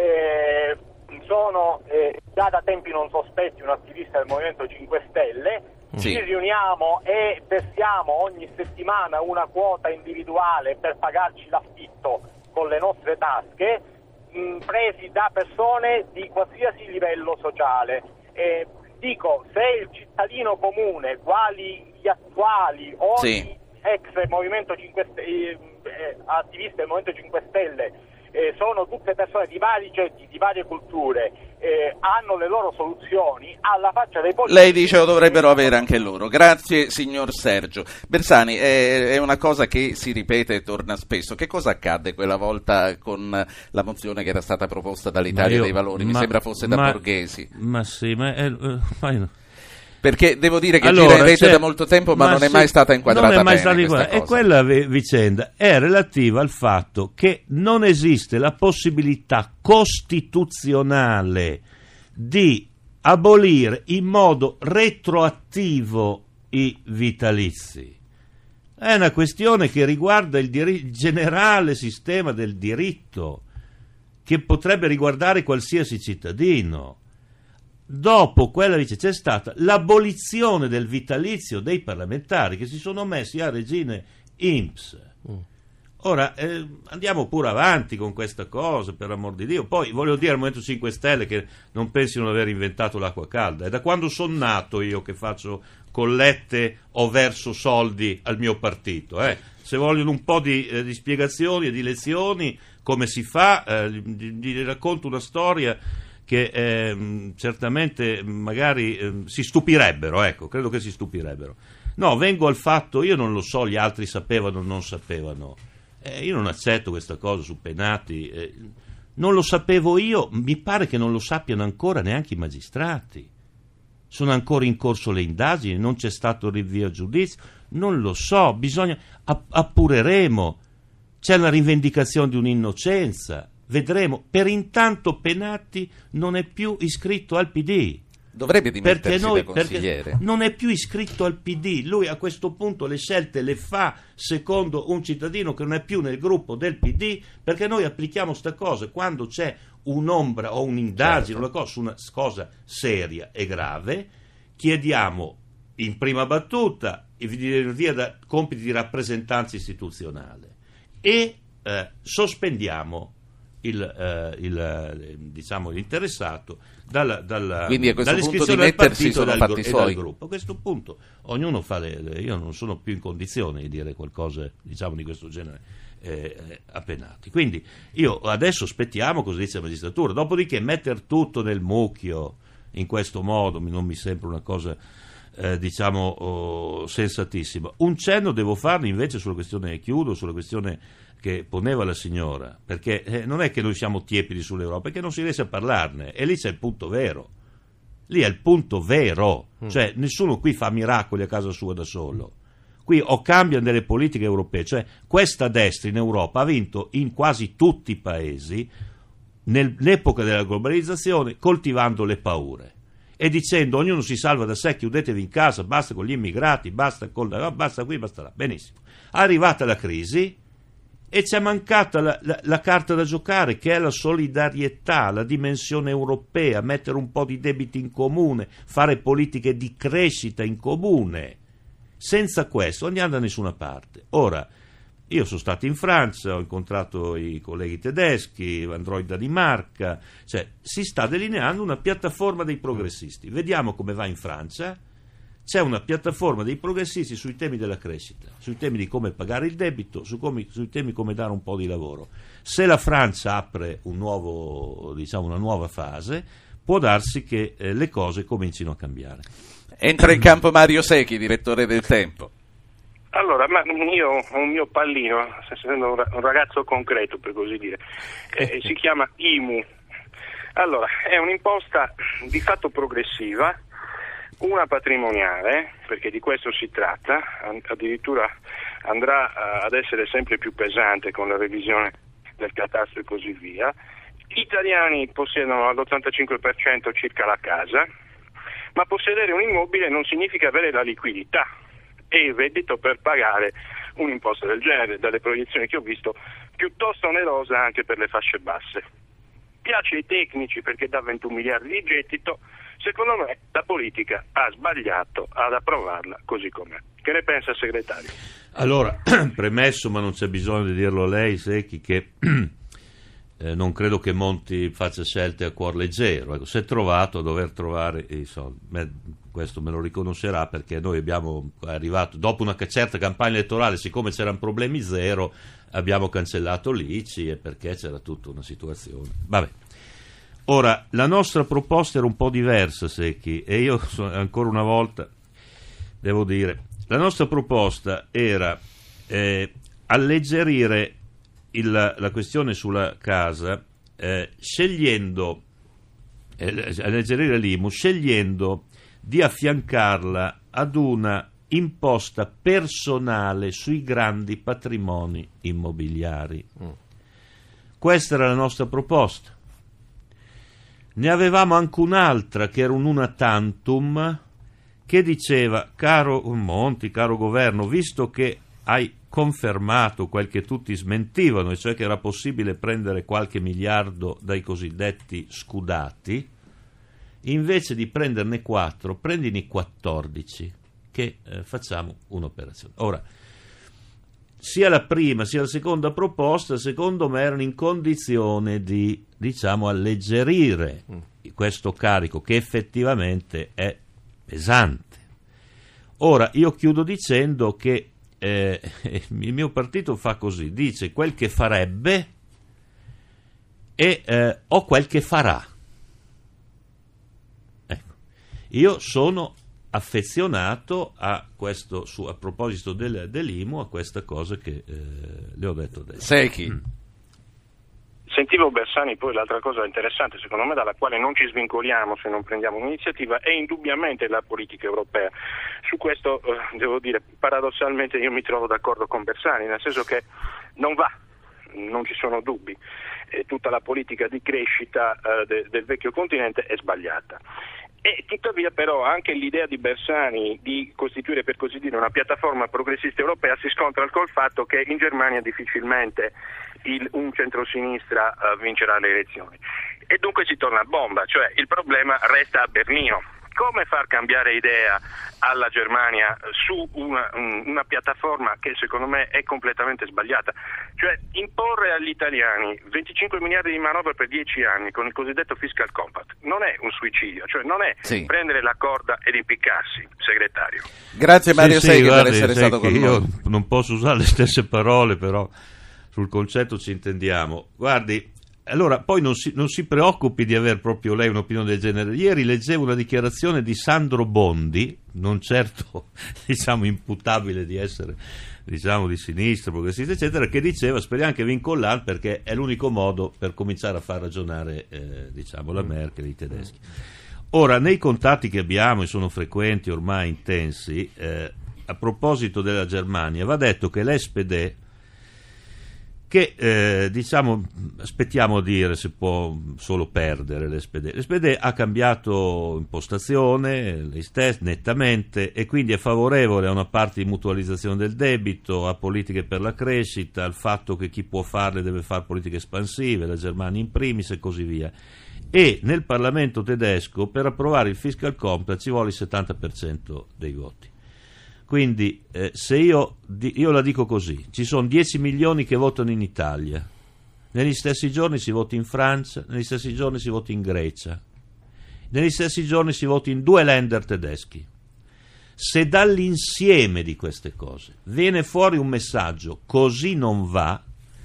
Sono già da tempi non sospetti un attivista del Movimento 5 Stelle. Sì. Ci riuniamo e versiamo ogni settimana una quota individuale per pagarci l'affitto con le nostre tasche, presi da persone di qualsiasi livello sociale. Dico, se il cittadino comune, quali gli attuali o gli ex Movimento 5 attivisti del Movimento 5 Stelle sono tutte persone di vari cetti, di varie culture, hanno le loro soluzioni, alla faccia dei politici. Lei dice lo dovrebbero avere anche loro. Grazie signor Sergio. Bersani, è una cosa che si ripete e torna spesso. Che cosa accadde quella volta con la mozione che era stata proposta dall'Italia dei Valori? Mi sembra fosse da Borghesi. Ma sì, perché devo dire che gira in rete da molto tempo, ma non è mai stata inquadrata bene questa cosa. E quella vicenda è relativa al fatto che non esiste la possibilità costituzionale di abolire in modo retroattivo i vitalizi. È una questione che riguarda il generale sistema del diritto, che potrebbe riguardare qualsiasi cittadino. Dopo quella c'è stata l'abolizione del vitalizio dei parlamentari che si sono messi a regime INPS. Ora andiamo pure avanti con questa cosa, per amor di Dio. Poi voglio dire al Movimento 5 Stelle che non pensino di aver inventato l'acqua calda. È da quando sono nato io che faccio collette o verso soldi al mio partito. Se vogliono un po' di spiegazioni e di lezioni come si fa, gli racconto una storia che certamente magari si stupirebbero, credo che si stupirebbero. No, vengo al fatto, io non lo so, gli altri sapevano o non sapevano, io non accetto questa cosa su Penati, non lo sapevo io, mi pare che non lo sappiano ancora neanche i magistrati, sono ancora in corso le indagini, non c'è stato il rinvio a giudizio, non lo so, bisogna, appureremo, c'è la rivendicazione di un'innocenza. Vedremo. Per intanto Penati non è più iscritto al PD. Dovrebbe dimettersi da consigliere. Perché non è più iscritto al PD. Lui a questo punto le scelte le fa secondo un cittadino che non è più nel gruppo del PD, perché noi applichiamo sta cosa quando c'è un'ombra o un'indagine, una cosa seria e grave, chiediamo in prima battuta via da compiti di rappresentanza istituzionale e sospendiamo l'interessato quindi a questo punto di mettersi sono fatti suoi. Dal gruppo. A questo punto ognuno fa io non sono più in condizione di dire qualcosa di questo genere a Penati, quindi io adesso aspettiamo cosa dice la magistratura, dopodiché mettere tutto nel mucchio in questo modo non mi sembra una cosa sensatissima. Un cenno devo farlo invece sulla questione che poneva la signora, perché non è che noi siamo tiepidi sull'Europa, è che non si riesce a parlarne, e lì c'è il punto vero. Lì è il punto vero, cioè nessuno qui fa miracoli a casa sua da solo. qui o cambiano delle politiche europee, cioè questa destra in Europa ha vinto in quasi tutti i paesi nell'epoca della globalizzazione coltivando le paure e dicendo ognuno si salva da sé, chiudetevi in casa, basta con gli immigrati, basta qui, basta là. Benissimo. Arrivata la crisi e ci è mancata la carta da giocare, che è la solidarietà, la dimensione europea, mettere un po' di debiti in comune, fare politiche di crescita in comune. Senza questo non andiamo da nessuna parte. Ora, io sono stato in Francia, ho incontrato i colleghi tedeschi, andrò in Danimarca, cioè si sta delineando una piattaforma dei progressisti. Vediamo come va in Francia. C'è una piattaforma dei progressisti sui temi della crescita, sui temi di come pagare il debito, sui temi come dare un po' di lavoro. Se la Francia apre una nuova fase, può darsi che le cose comincino a cambiare. Entra in campo Mario Secchi, direttore del Tempo. Allora, io ho un mio pallino, essendo un ragazzo concreto per così dire, si chiama IMU. Allora, è un'imposta di fatto progressiva, una patrimoniale, perché di questo si tratta, addirittura andrà ad essere sempre più pesante con la revisione del catasto e così via. Gli italiani possiedono all'85% circa la casa, ma possedere un immobile non significa avere la liquidità e il reddito per pagare un'imposta del genere, dalle proiezioni che ho visto, piuttosto onerosa anche per le fasce basse. Piace ai tecnici perché dà 21 miliardi di gettito, secondo me la politica ha sbagliato ad approvarla così com'è. Che ne pensa, segretario? Allora, premesso, ma non c'è bisogno di dirlo a lei, Secchi, che non credo che Monti faccia scelte a cuor leggero. Ecco, si è trovato a dover trovare i soldi. Questo me lo riconoscerà, perché noi abbiamo arrivato dopo una certa campagna elettorale, siccome c'erano problemi zero, abbiamo cancellato l'ICI e perché c'era tutta una situazione. Vabbè. Ora, la nostra proposta era un po' diversa, Secchi, e io ancora una volta devo dire, la nostra proposta era alleggerire la questione sulla casa, scegliendo alleggerire l'IMU, scegliendo di affiancarla ad una imposta personale sui grandi patrimoni immobiliari. Questa era la nostra proposta. Ne avevamo anche un'altra che era un una tantum che diceva: caro Monti, caro governo, visto che hai confermato quel che tutti smentivano, e cioè che era possibile prendere qualche miliardo dai cosiddetti scudati, invece di prenderne 4, prendine 14, che facciamo un'operazione. Ora, sia la prima sia la seconda proposta, secondo me, erano in condizione di, alleggerire questo carico che effettivamente è pesante. Ora, io chiudo dicendo che il mio partito fa così, dice quel che farebbe o quel che farà. Ecco. Io sono affezionato a questo, a proposito dell'IMU, a questa cosa che le ho detto adesso. Secchi. Sentivo Bersani, poi l'altra cosa interessante secondo me dalla quale non ci svincoliamo se non prendiamo un'iniziativa è indubbiamente la politica europea. Su questo devo dire, paradossalmente io mi trovo d'accordo con Bersani, nel senso che non va, non ci sono dubbi, tutta la politica di crescita del vecchio continente è sbagliata. E tuttavia però anche l'idea di Bersani di costituire, per così dire, una piattaforma progressista europea si scontra col fatto che in Germania difficilmente un centrosinistra vincerà le elezioni. E dunque si torna a bomba, cioè il problema resta a Berlino. Come far cambiare idea alla Germania su una piattaforma che secondo me è completamente sbagliata? Cioè imporre agli italiani 25 miliardi di manovra per 10 anni con il cosiddetto fiscal compact non è un suicidio, cioè non è prendere la corda ed impiccarsi, segretario. Grazie Mario Secchi per essere stato con noi. Io non posso usare le stesse parole, però sul concetto ci intendiamo. Guardi, allora poi non si preoccupi di aver proprio lei un'opinione del genere. Ieri leggevo una dichiarazione di Sandro Bondi, non certo imputabile di essere di sinistra, progressista eccetera, che diceva speriamo che vinca Hollande perché è l'unico modo per cominciare a far ragionare la Merkel e i tedeschi. Ora, nei contatti che abbiamo, e sono frequenti, ormai intensi, a proposito della Germania va detto che l'SPD, che diciamo, aspettiamo a dire se può solo perdere l'SPD ha cambiato impostazione lei stessa nettamente, e quindi è favorevole a una parte di mutualizzazione del debito, a politiche per la crescita, al fatto che chi può farle deve fare politiche espansive, la Germania in primis e così via. E nel Parlamento tedesco per approvare il Fiscal Compact ci vuole il 70% dei voti. Quindi se io la dico così, ci sono 10 milioni che votano in Italia, negli stessi giorni si vota in Francia, negli stessi giorni si vota in Grecia, negli stessi giorni si vota in 2 Länder tedeschi. Se dall'insieme di queste cose viene fuori un messaggio così non va,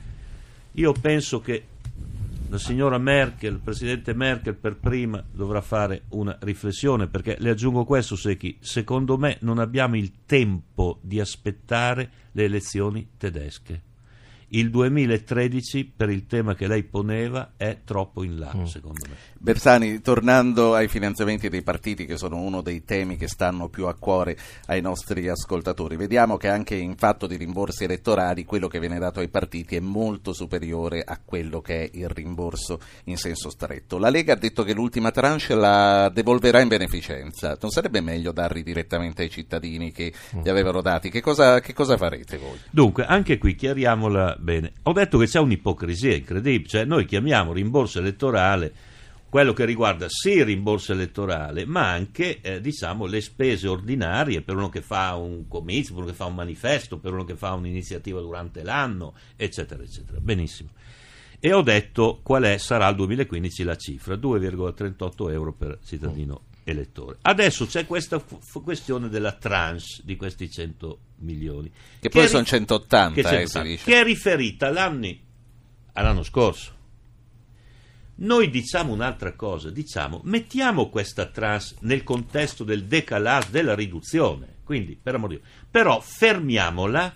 io penso che la signora Merkel, il presidente Merkel per prima dovrà fare una riflessione, perché le aggiungo questo, Secchi, secondo me non abbiamo il tempo di aspettare le elezioni tedesche. Il 2013, per il tema che lei poneva, è troppo in là, secondo me. Bersani, tornando ai finanziamenti dei partiti, che sono uno dei temi che stanno più a cuore ai nostri ascoltatori, vediamo che anche in fatto di rimborsi elettorali quello che viene dato ai partiti è molto superiore a quello che è il rimborso in senso stretto. La Lega ha detto che l'ultima tranche la devolverà in beneficenza. Non sarebbe meglio darli direttamente ai cittadini che li avevano dati? Che cosa farete voi? Dunque, anche qui chiariamola bene. Ho detto che c'è un'ipocrisia incredibile, cioè noi chiamiamo rimborso elettorale quello che riguarda sì il rimborso elettorale, ma anche diciamo le spese ordinarie per uno che fa un comizio, per uno che fa un manifesto, per uno che fa un'iniziativa durante l'anno, eccetera, eccetera. Benissimo. E ho detto sarà al 2015 la cifra, 2,38 euro per cittadino elettore. Adesso c'è questa questione della tranche di questi 100 milioni. Che poi sono 180, si dice. Che è riferita all'anno scorso. Noi diciamo un'altra cosa, mettiamo questa tranche nel contesto del decalage, della riduzione, quindi per amor di Dio, però fermiamola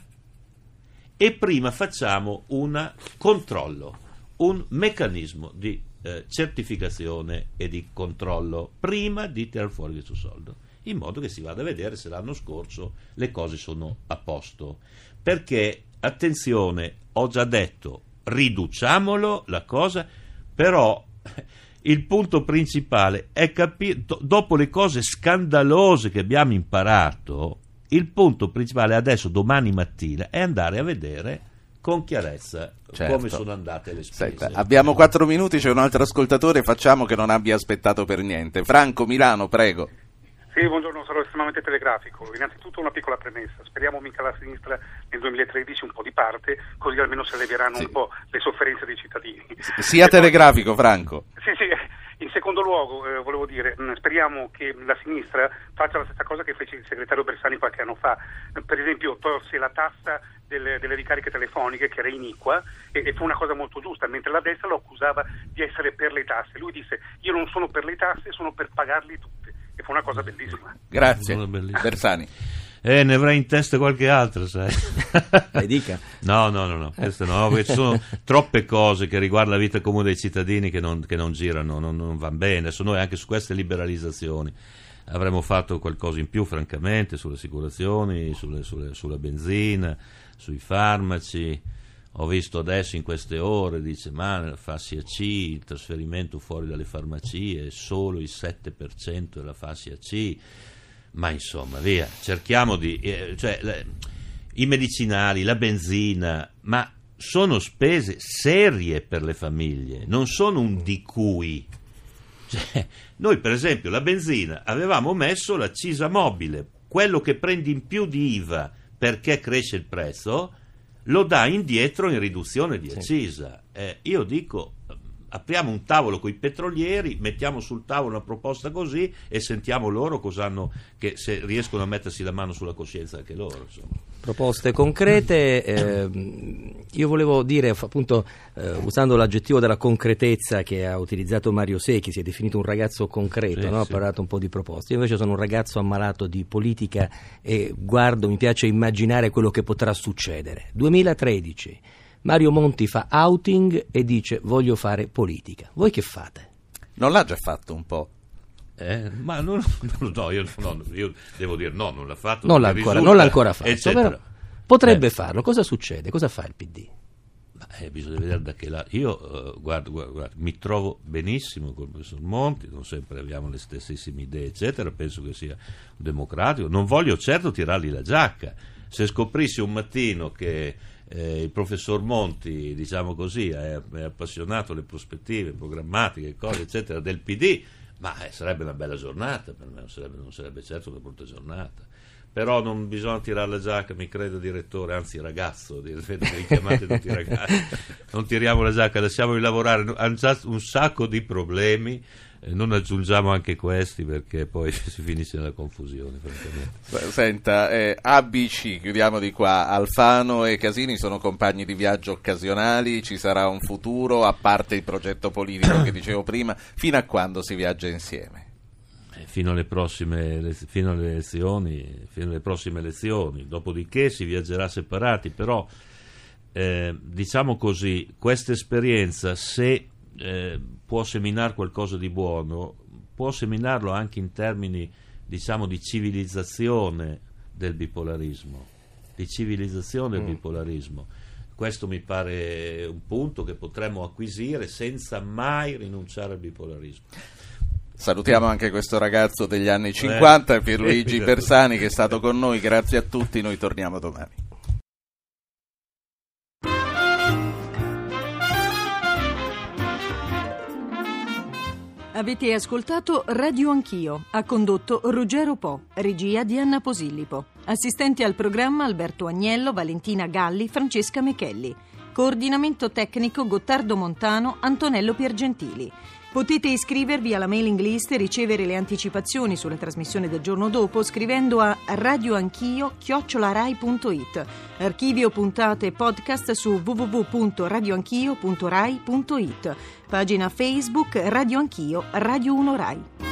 e prima facciamo un controllo, un meccanismo di certificazione e di controllo prima di tirare fuori questo soldo, in modo che si vada a vedere se l'anno scorso le cose sono a posto. Perché, attenzione, ho già detto, riduciamolo la cosa, però il punto principale è capire, dopo le cose scandalose che abbiamo imparato, il punto principale adesso, domani mattina, è andare a vedere con chiarezza come sono andate le spese. Senta, abbiamo 4 minuti, c'è un altro ascoltatore, facciamo che non abbia aspettato per niente. Franco, Milano, prego. Sì, buongiorno, sarò estremamente telegrafico. Innanzitutto una piccola premessa, speriamo mica la sinistra nel 2013 un po' di parte, così almeno si alleveranno un po' le sofferenze dei cittadini. Sia telegrafico, Franco. Sì. In secondo luogo, volevo dire, speriamo che la sinistra faccia la stessa cosa che fece il segretario Bersani qualche anno fa. Per esempio, tolse la tassa delle ricariche telefoniche, che era iniqua, e fu una cosa molto giusta, mentre la destra lo accusava di essere per le tasse. Lui disse: io non sono per le tasse, sono per pagarle tutte. E fu una cosa bellissima. Grazie. Bersani. Ne avrei in testa qualche altra, sai. Dica. No, questo no, perché ci sono troppe cose che riguardano la vita comune dei cittadini che non girano, non vanno bene. Adesso noi anche su queste liberalizzazioni avremmo fatto qualcosa in più, francamente, sulle assicurazioni, sulla benzina, sui farmaci. Ho visto adesso in queste ore, dice, ma nella fascia C il trasferimento fuori dalle farmacie è solo il 7% della fascia C. Ma insomma, via, cerchiamo di... i medicinali, la benzina, ma sono spese serie per le famiglie, non sono un di cui. Noi per esempio la benzina avevamo messo l'accisa mobile, quello che prendi in più di IVA perché cresce il prezzo, lo dà indietro in riduzione di accisa. Io dico... apriamo un tavolo con i petrolieri, mettiamo sul tavolo una proposta così e sentiamo loro cosa hanno, che se riescono a mettersi la mano sulla coscienza anche loro, insomma. Proposte concrete. Io volevo dire, appunto, usando l'aggettivo della concretezza che ha utilizzato Mario Secchi, si è definito un ragazzo concreto, ha parlato un po' di proposte. Io invece sono un ragazzo ammalato di politica e mi piace immaginare quello che potrà succedere. 2013. Mario Monti fa outing e dice: voglio fare politica. Voi che fate? Non l'ha già fatto un po'? Ma no, io devo dire no, non l'ha fatto. Non l'ha ancora fatto, però potrebbe farlo. Cosa succede? Cosa fa il PD? Bisogna vedere da che lato. Io guarda, mi trovo benissimo con il professor Monti, non sempre abbiamo le stessissime idee, eccetera. Penso che sia democratico. Non voglio certo tirargli la giacca. Se scoprissi un mattino che il professor Monti, diciamo così, è appassionato alle prospettive programmatiche, cose eccetera del PD, ma sarebbe una bella giornata per me, non sarebbe certo una brutta giornata. Però non bisogna tirare la giacca, mi credo, direttore, anzi ragazzo, vedo che li chiamate tutti ragazzi, non tiriamo la giacca, lasciamo di lavorare, hanno già un sacco di problemi, non aggiungiamo anche questi perché poi si finisce nella confusione, francamente. Senta, ABC, chiudiamo di qua, Alfano e Casini sono compagni di viaggio occasionali, ci sarà un futuro, a parte il progetto politico che dicevo prima, fino a quando si viaggia insieme? Fino alle prossime elezioni, dopodiché si viaggerà separati, però diciamo così, questa esperienza, se può seminare qualcosa di buono, può seminarlo anche in termini, diciamo, di civilizzazione del bipolarismo, Questo mi pare un punto che potremmo acquisire senza mai rinunciare al bipolarismo. Salutiamo anche questo ragazzo degli anni 50, Pierluigi Bersani, che è stato con noi. Grazie a tutti, noi torniamo domani. Avete ascoltato Radio Anch'io, ha condotto Ruggero Po, regia di Anna Posillipo. Assistenti al programma Alberto Agnello, Valentina Galli, Francesca Mechelli. Coordinamento tecnico Gottardo Montano, Antonello Piergentili. Potete iscrivervi alla mailing list e ricevere le anticipazioni sulla trasmissione del giorno dopo scrivendo a radioanchio@rai.it. Archivio puntate e podcast su www.radioanchio.rai.it. Pagina Facebook Radio Anch'io, Radio 1 Rai.